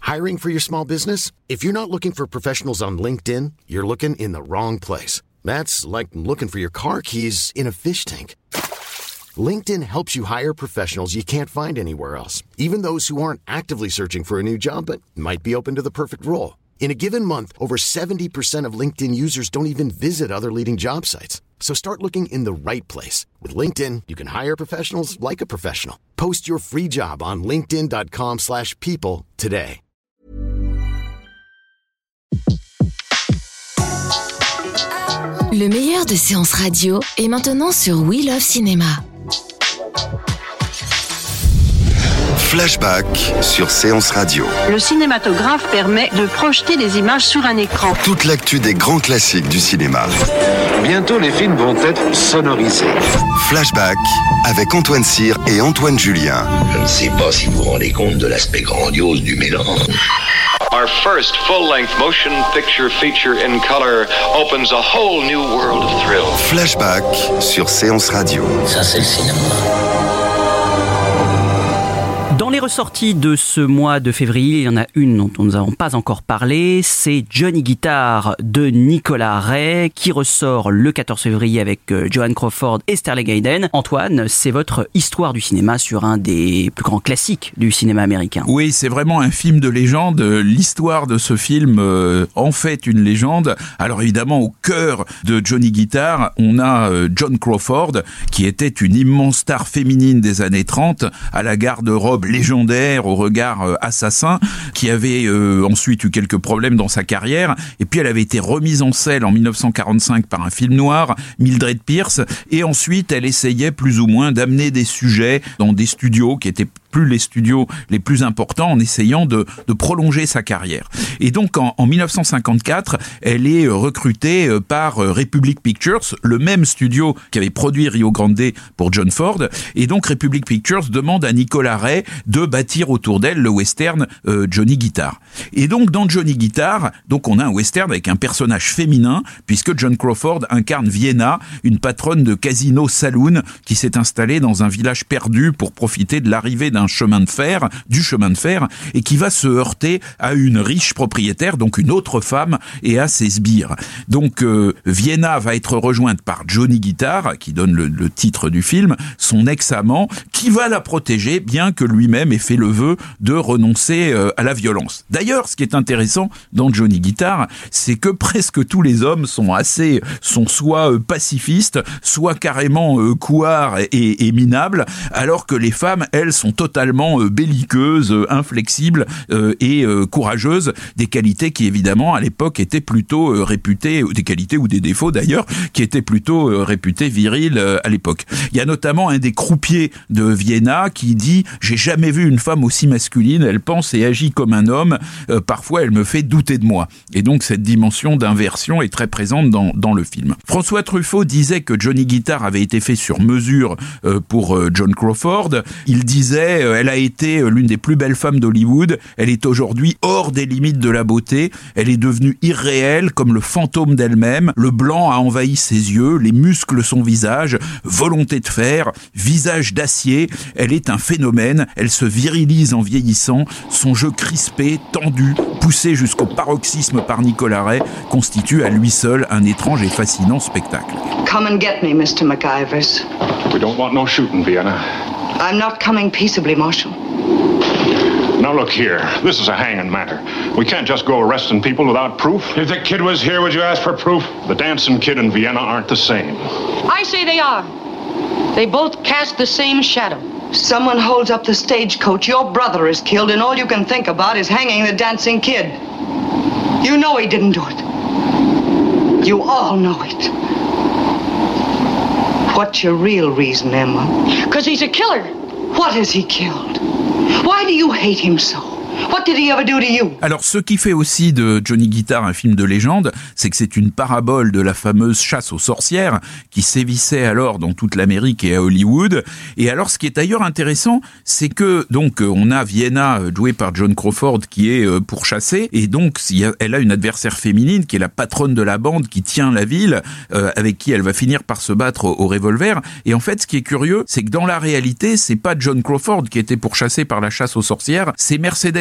Hiring for your small business? If you're not looking for professionals on LinkedIn, you're looking in the wrong place. That's like looking for your car keys in a fish tank. LinkedIn helps you hire professionals you can't find anywhere else, even those who aren't actively searching for a new job but might be open to the perfect role. In a given month, over 70% of LinkedIn users don't even visit other leading job sites. So start looking in the right place. With LinkedIn, you can hire professionals like a professional. Post your free job on linkedin.com/people today. Le meilleur de séances radio est maintenant sur We Love Cinéma. Flashback sur Séance Radio. Le cinématographe permet de projeter des images sur un écran. Toute l'actu des grands classiques du cinéma. Bientôt, les films vont être sonorisés. Flashback avec Antoine Cyr et Antoine Julien. Je ne sais pas si vous vous rendez compte de l'aspect grandiose du mélange. Our first full-length motion picture feature in color opens a whole new world of thrill. Flashback sur Séance Radio. Ça, c'est le cinéma. Dans les ressorties de ce mois de février, il y en a une dont nous n'avons pas encore parlé, c'est Johnny Guitar de Nicolas Ray qui ressort le 14 février avec Joan Crawford et Sterling Hayden. Antoine, c'est votre histoire du cinéma sur un des plus grands classiques du cinéma américain. Oui, c'est vraiment un film de légende. L'histoire de ce film en fait une légende. Alors évidemment, au cœur de Johnny Guitar, on a Joan Crawford qui était une immense star féminine des années 30 à la garde-robe légendaire, au regard assassin, qui avait ensuite eu quelques problèmes dans sa carrière, et puis elle avait été remise en selle en 1945 par un film noir, Mildred Pierce, et ensuite elle essayait plus ou moins d'amener des sujets dans des studios qui étaient plus les studios les plus importants, en essayant de prolonger sa carrière. Et donc en 1954, elle est recrutée par Republic Pictures, le même studio qui avait produit Rio Grande pour John Ford, et donc Republic Pictures demande à Nicolas Ray de bâtir autour d'elle le western Johnny Guitar. Et donc dans Johnny Guitar, donc on a un western avec un personnage féminin, puisque Joan Crawford incarne Vienna, une patronne de casino saloon qui s'est installée dans un village perdu pour profiter de l'arrivée du chemin de fer, et qui va se heurter à une riche propriétaire, donc une autre femme, et à ses sbires. Donc Vienna va être rejointe par Johnny Guitar, qui donne le titre du film, son ex-amant, qui va la protéger, bien que lui-même ait fait le vœu de renoncer à la violence. D'ailleurs, ce qui est intéressant dans Johnny Guitar, c'est que presque tous les hommes sont soit pacifistes, soit carrément couards et minables, alors que les femmes, elles, sont totalement belliqueuses, inflexibles et courageuses, des qualités qui évidemment à l'époque étaient plutôt réputées, des qualités ou des défauts d'ailleurs, qui étaient plutôt réputés virils à l'époque. Il y a notamment un des croupiers de Vienna qui dit « J'ai jamais vu une femme aussi masculine, elle pense et agit comme un homme, parfois elle me fait douter de moi ». Et donc cette dimension d'inversion est très présente dans le film. François Truffaut disait que Johnny Guitar avait été fait sur mesure pour Joan Crawford. Il disait elle a été l'une des plus belles femmes d'Hollywood, elle est aujourd'hui hors des limites de la beauté, elle est devenue irréelle comme le fantôme d'elle-même, le blanc a envahi ses yeux, les muscles de son visage, volonté de fer, visage d'acier, elle est un phénomène, elle se virilise en vieillissant, son jeu crispé, tendu, poussé jusqu'au paroxysme par Nicolas Ray, constitue à lui seul un étrange et fascinant spectacle. Come and get me, Mr. McIvers. We don't want no shooting, Vienna. I'm not coming peaceably, Marshal. Now look here, this is a hanging matter. We can't just go arresting people without proof. If the kid was here, would you ask for proof? The dancing kid and Vienna aren't the same. I say they are. They both cast the same shadow. Someone holds up the stagecoach. Your brother is killed, and all you can think about is hanging the dancing kid. You know he didn't do it. You all know it. What's your real reason, Emma? 'Cause he's a killer. What has he killed? Why do you hate him so? What did he ever do to you? Alors, ce qui fait aussi de Johnny Guitar un film de légende, c'est que c'est une parabole de la fameuse chasse aux sorcières qui sévissait alors dans toute l'Amérique et à Hollywood. Et alors, ce qui est d'ailleurs intéressant, c'est que donc on a Vienna jouée par Joan Crawford qui est pourchassée, et donc elle a une adversaire féminine qui est la patronne de la bande qui tient la ville, avec qui elle va finir par se battre au revolver. Et en fait, ce qui est curieux, c'est que dans la réalité, c'est pas Joan Crawford qui était pourchassée par la chasse aux sorcières, c'est Mercedes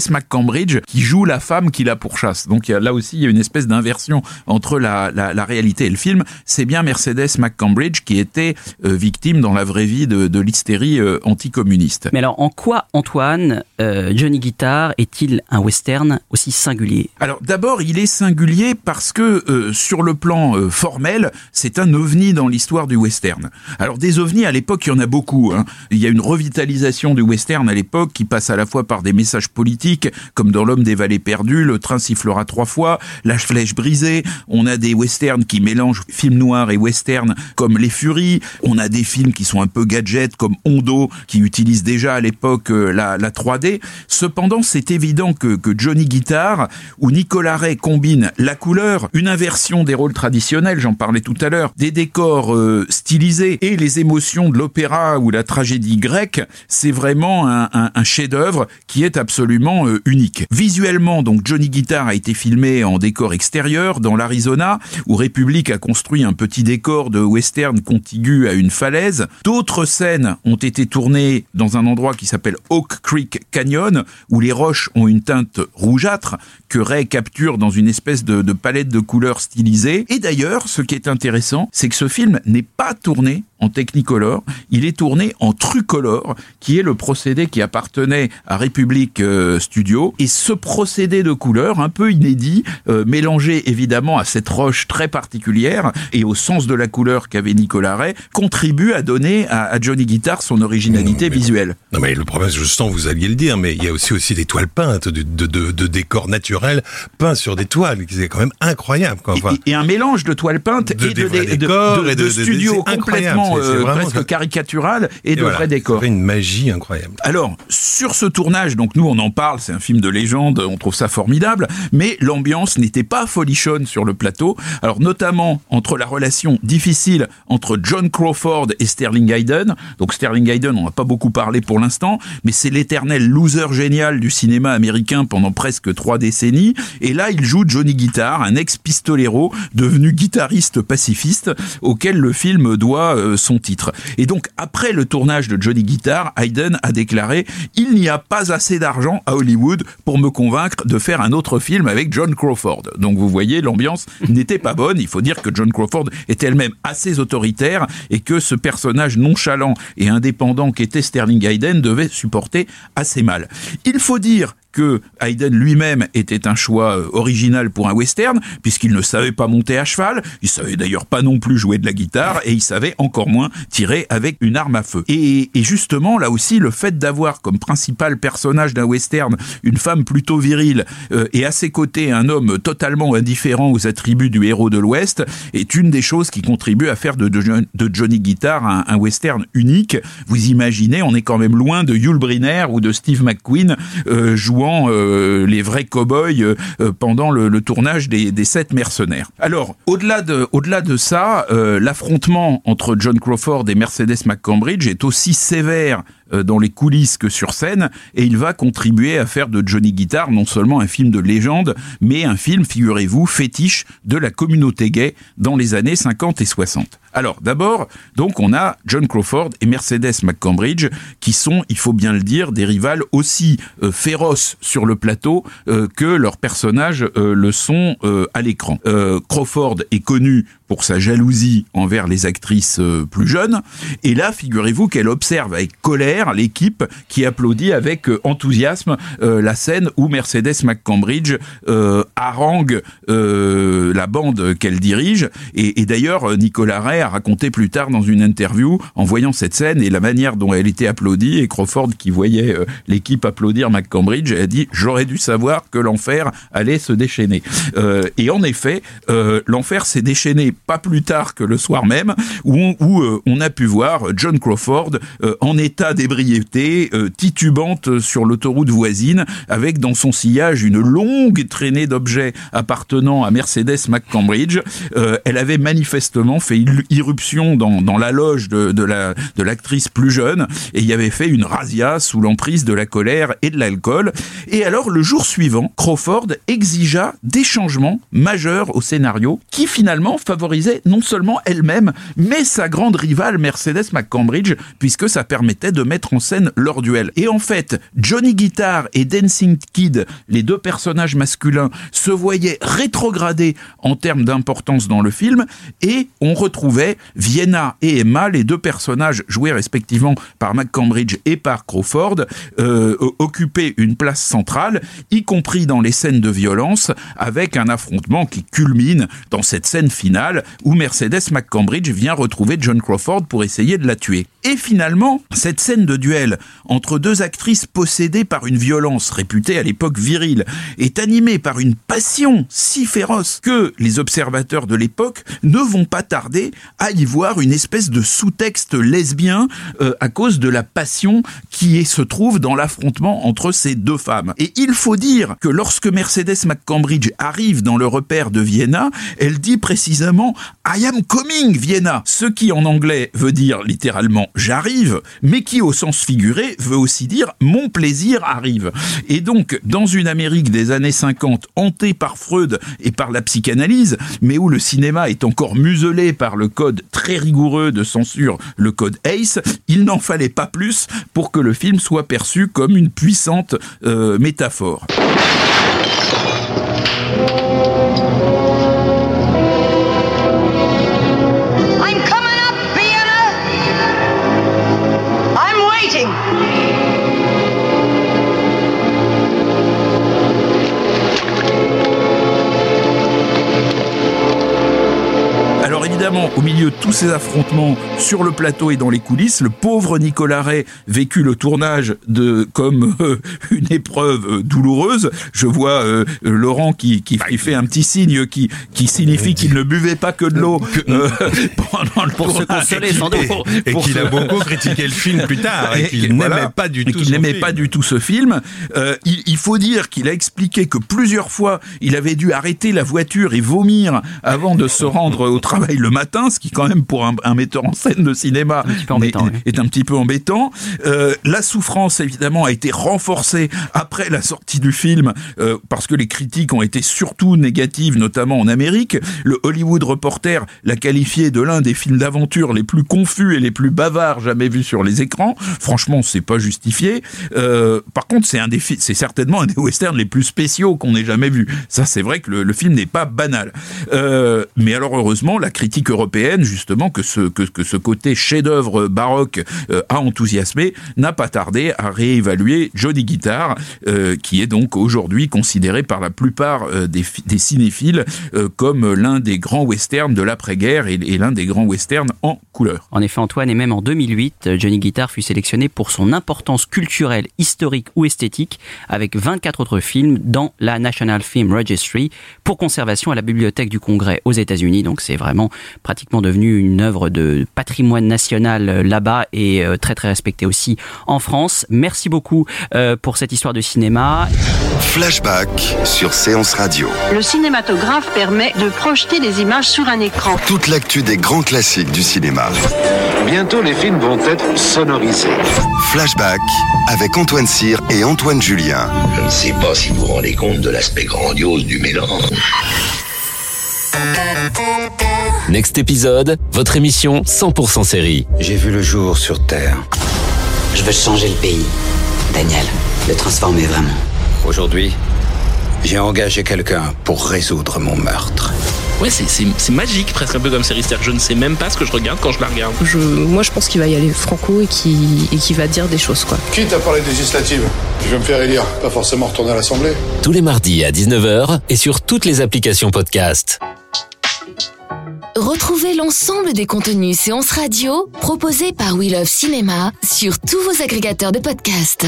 Mercedes McCambridge qui joue la femme qui la pourchasse. Donc là aussi, il y a une espèce d'inversion entre la réalité et le film. C'est bien Mercedes McCambridge qui était victime dans la vraie vie de l'hystérie anticommuniste. Mais alors, en quoi, Antoine, Johnny Guitar est-il un western aussi singulier ? Alors d'abord, il est singulier parce que sur le plan formel, c'est un ovni dans l'histoire du western. Alors des ovnis, à l'époque, il y en a beaucoup. Il y a une revitalisation du western à l'époque qui passe à la fois par des messages politiques, comme dans L'Homme des Vallées Perdues, Le train sifflera 3 fois, La flèche brisée. On a des westerns qui mélangent film noir et western, comme Les Furies. On a des films qui sont un peu gadgets, comme Hondo, qui utilise déjà à l'époque la 3D. Cependant, c'est évident que Johnny Guitar, où Nicolas Ray combine la couleur, une inversion des rôles traditionnels, j'en parlais tout à l'heure, des décors stylisés et les émotions de l'opéra ou la tragédie grecque, c'est vraiment un chef-d'œuvre qui est absolument unique. Visuellement, donc, Johnny Guitar a été filmé en décor extérieur dans l'Arizona, où Republic a construit un petit décor de western contigu à une falaise. D'autres scènes ont été tournées dans un endroit qui s'appelle Oak Creek Canyon, où les roches ont une teinte rougeâtre que Ray capture dans une espèce de palette de couleurs stylisées. Et d'ailleurs, ce qui est intéressant, c'est que ce film n'est pas tourné en Technicolor, il est tourné en Trucolor, qui est le procédé qui appartenait à Republic Studios. Et ce procédé de couleur, un peu inédit, mélangé évidemment à cette roche très particulière et au sens de la couleur qu'avait Nicolas Ray, contribue à donner à Johnny Guitar son originalité visuelle. Non mais le problème, je sens que vous alliez le dire, mais il y a aussi des toiles peintes, de décors naturels peints sur des toiles, c'est quand même incroyable. Quoi. Enfin, et un mélange de toiles peintes et de studios complètement presque caricatural et de vrais décors. C'est une magie incroyable. Alors, sur ce tournage, donc nous on en parle, c'est un film de légende, on trouve ça formidable, mais l'ambiance n'était pas folichonne sur le plateau. Alors notamment entre la relation difficile entre John Crawford et Sterling Hayden. Donc Sterling Hayden, on n'a pas beaucoup parlé pour l'instant, mais c'est l'éternel loser génial du cinéma américain pendant presque 3 décennies. Et là, il joue Johnny Guitar, un ex-pistolero devenu guitariste pacifiste, auquel le film doit son titre. Et donc, après le tournage de Johnny Guitar, Hayden a déclaré « Il n'y a pas assez d'argent à Hollywood pour me convaincre de faire un autre film avec John Crawford. » Donc, vous voyez, l'ambiance n'était pas bonne. Il faut dire que John Crawford était elle-même assez autoritaire et que ce personnage nonchalant et indépendant qu'était Sterling Hayden devait supporter assez mal. Il faut dire que Hayden lui-même était un choix original pour un western, puisqu'il ne savait pas monter à cheval, il savait d'ailleurs pas non plus jouer de la guitare, et il savait encore moins tirer avec une arme à feu. Et justement, là aussi, le fait d'avoir comme principal personnage d'un western une femme plutôt virile, et à ses côtés un homme totalement indifférent aux attributs du héros de l'Ouest, est une des choses qui contribue à faire de Johnny Guitar un western unique. Vous imaginez, on est quand même loin de Yul Brynner ou de Steve McQueen jouant les vrais cow-boys pendant le tournage des 7 mercenaires. Alors, au-delà de ça, l'affrontement entre John Crawford et Mercedes McCambridge est aussi sévère dans les coulisses que sur scène, et il va contribuer à faire de Johnny Guitar non seulement un film de légende, mais un film, figurez-vous, fétiche de la communauté gay dans les années 50 et 60. Alors, d'abord, donc, on a John Crawford et Mercedes McCambridge, qui sont, il faut bien le dire, des rivales aussi féroces sur le plateau que leurs personnages le sont à l'écran. Crawford est connu pour sa jalousie envers les actrices plus jeunes, et là, figurez-vous qu'elle observe avec colère l'équipe qui applaudit avec enthousiasme la scène où Mercedes McCambridge harangue la bande qu'elle dirige, et d'ailleurs, Nicolas Ray a raconté plus tard dans une interview, en voyant cette scène et la manière dont elle était applaudie, et Crawford qui voyait l'équipe applaudir McCambridge, a dit « J'aurais dû savoir que l'enfer allait se déchaîner ». Et en effet, l'enfer s'est déchaîné pas plus tard que le soir même, où on a pu voir John Crawford en état d'ébriété, titubante sur l'autoroute voisine, avec dans son sillage une longue traînée d'objets appartenant à Mercedes McCambridge. Elle avait manifestement fait irruption dans la loge de l'actrice plus jeune, et y avait fait une razzia sous l'emprise de la colère et de l'alcool. Et alors, le jour suivant, Crawford exigea des changements majeurs au scénario qui finalement favorisent favorisait non seulement elle-même, mais sa grande rivale Mercedes McCambridge, puisque ça permettait de mettre en scène leur duel. Et en fait, Johnny Guitar et Dancing Kid, les deux personnages masculins, se voyaient rétrogradés en termes d'importance dans le film, et on retrouvait Vienna et Emma, les deux personnages joués respectivement par McCambridge et par Crawford, occuper une place centrale, y compris dans les scènes de violence, avec un affrontement qui culmine dans cette scène finale où Mercedes McCambridge vient retrouver John Crawford pour essayer de la tuer. Et finalement, cette scène de duel entre deux actrices possédées par une violence réputée à l'époque virile est animée par une passion si féroce que les observateurs de l'époque ne vont pas tarder à y voir une espèce de sous-texte lesbien à cause de la passion qui se trouve dans l'affrontement entre ces deux femmes. Et il faut dire que lorsque Mercedes McCambridge arrive dans le repère de Vienna, elle dit précisément « I am coming, Vienna », ce qui en anglais veut dire littéralement « j'arrive », mais qui au sens figuré veut aussi dire « mon plaisir arrive ». Et donc, dans une Amérique des années 50 hantée par Freud et par la psychanalyse, mais où le cinéma est encore muselé par le code très rigoureux de censure, le code ACE, il n'en fallait pas plus pour que le film soit perçu comme une puissante métaphore. I'm coming up, Vienna! I'm waiting! Alors évidemment, au milieu de tous ces affrontements sur le plateau et dans les coulisses, le pauvre Nicolas Ray vécut le tournage comme une épreuve douloureuse. Je vois Laurent qui fait un petit signe qui signifie qu'il ne buvait pas que de l'eau pendant le pour tournage. Se consoler sans doute. Et qu'il a beaucoup critiqué le film plus tard et qu'il n'aimait pas du tout ce film. Il faut dire qu'il a expliqué que plusieurs fois il avait dû arrêter la voiture et vomir avant de se rendre au travail le matin, ce qui quand même pour un metteur en scène de cinéma est un petit peu embêtant. La souffrance évidemment a été renforcée après la sortie du film parce que les critiques ont été surtout négatives, notamment en Amérique. Le Hollywood Reporter l'a qualifié de l'un des films d'aventure les plus confus et les plus bavards jamais vus sur les écrans. Franchement, c'est pas justifié. Par contre, c'est certainement un des westerns les plus spéciaux qu'on ait jamais vus. Ça, c'est vrai que le film n'est pas banal. Mais alors heureusement, la critique européenne, justement, que ce côté chef-d'œuvre baroque a enthousiasmé, n'a pas tardé à réévaluer Johnny Guitar, qui est donc aujourd'hui considéré par la plupart des cinéphiles comme l'un des grands westerns de l'après-guerre et l'un des grands westerns en couleur. En effet, Antoine, et même en 2008, Johnny Guitar fut sélectionné pour son importance culturelle, historique ou esthétique, avec 24 autres films dans la National Film Registry pour conservation à la Bibliothèque du Congrès aux États-Unis. Donc c'est vraiment pratiquement devenu une œuvre de patrimoine national là-bas et très très respectée aussi en France. Merci beaucoup pour cette histoire de cinéma. Flashback sur Séance Radio. Le cinématographe permet de projeter des images sur un écran. Toute l'actu des grands classiques du cinéma. Bientôt, les films vont être sonorisés. Flashback avec Antoine Cyr et Antoine Julien. Je ne sais pas si vous vous rendez compte de l'aspect grandiose du mélange. Next épisode, votre émission 100% série. J'ai vu le jour sur Terre. Je veux changer le pays, Daniel, le transformer vraiment. Aujourd'hui, j'ai engagé quelqu'un pour résoudre mon meurtre. Ouais, c'est magique, presque un peu comme série. C'est-à-dire que je ne sais même pas ce que je regarde quand je la regarde. Moi, je pense qu'il va y aller franco et qu'il va dire des choses, quoi. Quitte à parler législative, je vais me faire élire, pas forcément retourner à l'Assemblée. Tous les mardis à 19h et sur toutes les applications podcast. Retrouvez l'ensemble des contenus séances radio proposés par We Love Cinéma sur tous vos agrégateurs de podcasts.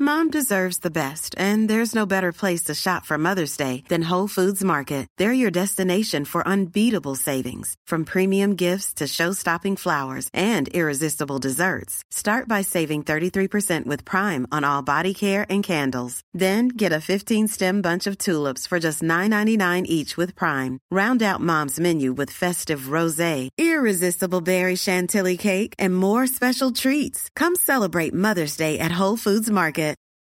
Mom deserves the best, and there's no better place to shop for Mother's Day than Whole Foods Market. They're your destination for unbeatable savings, from premium gifts to show-stopping flowers and irresistible desserts. Start by saving 33% with Prime on all body care and candles. Then get a 15-stem bunch of tulips for just $9.99 each with Prime. Round out Mom's menu with festive rosé, irresistible berry chantilly cake, and more special treats. Come celebrate Mother's Day at Whole Foods Market.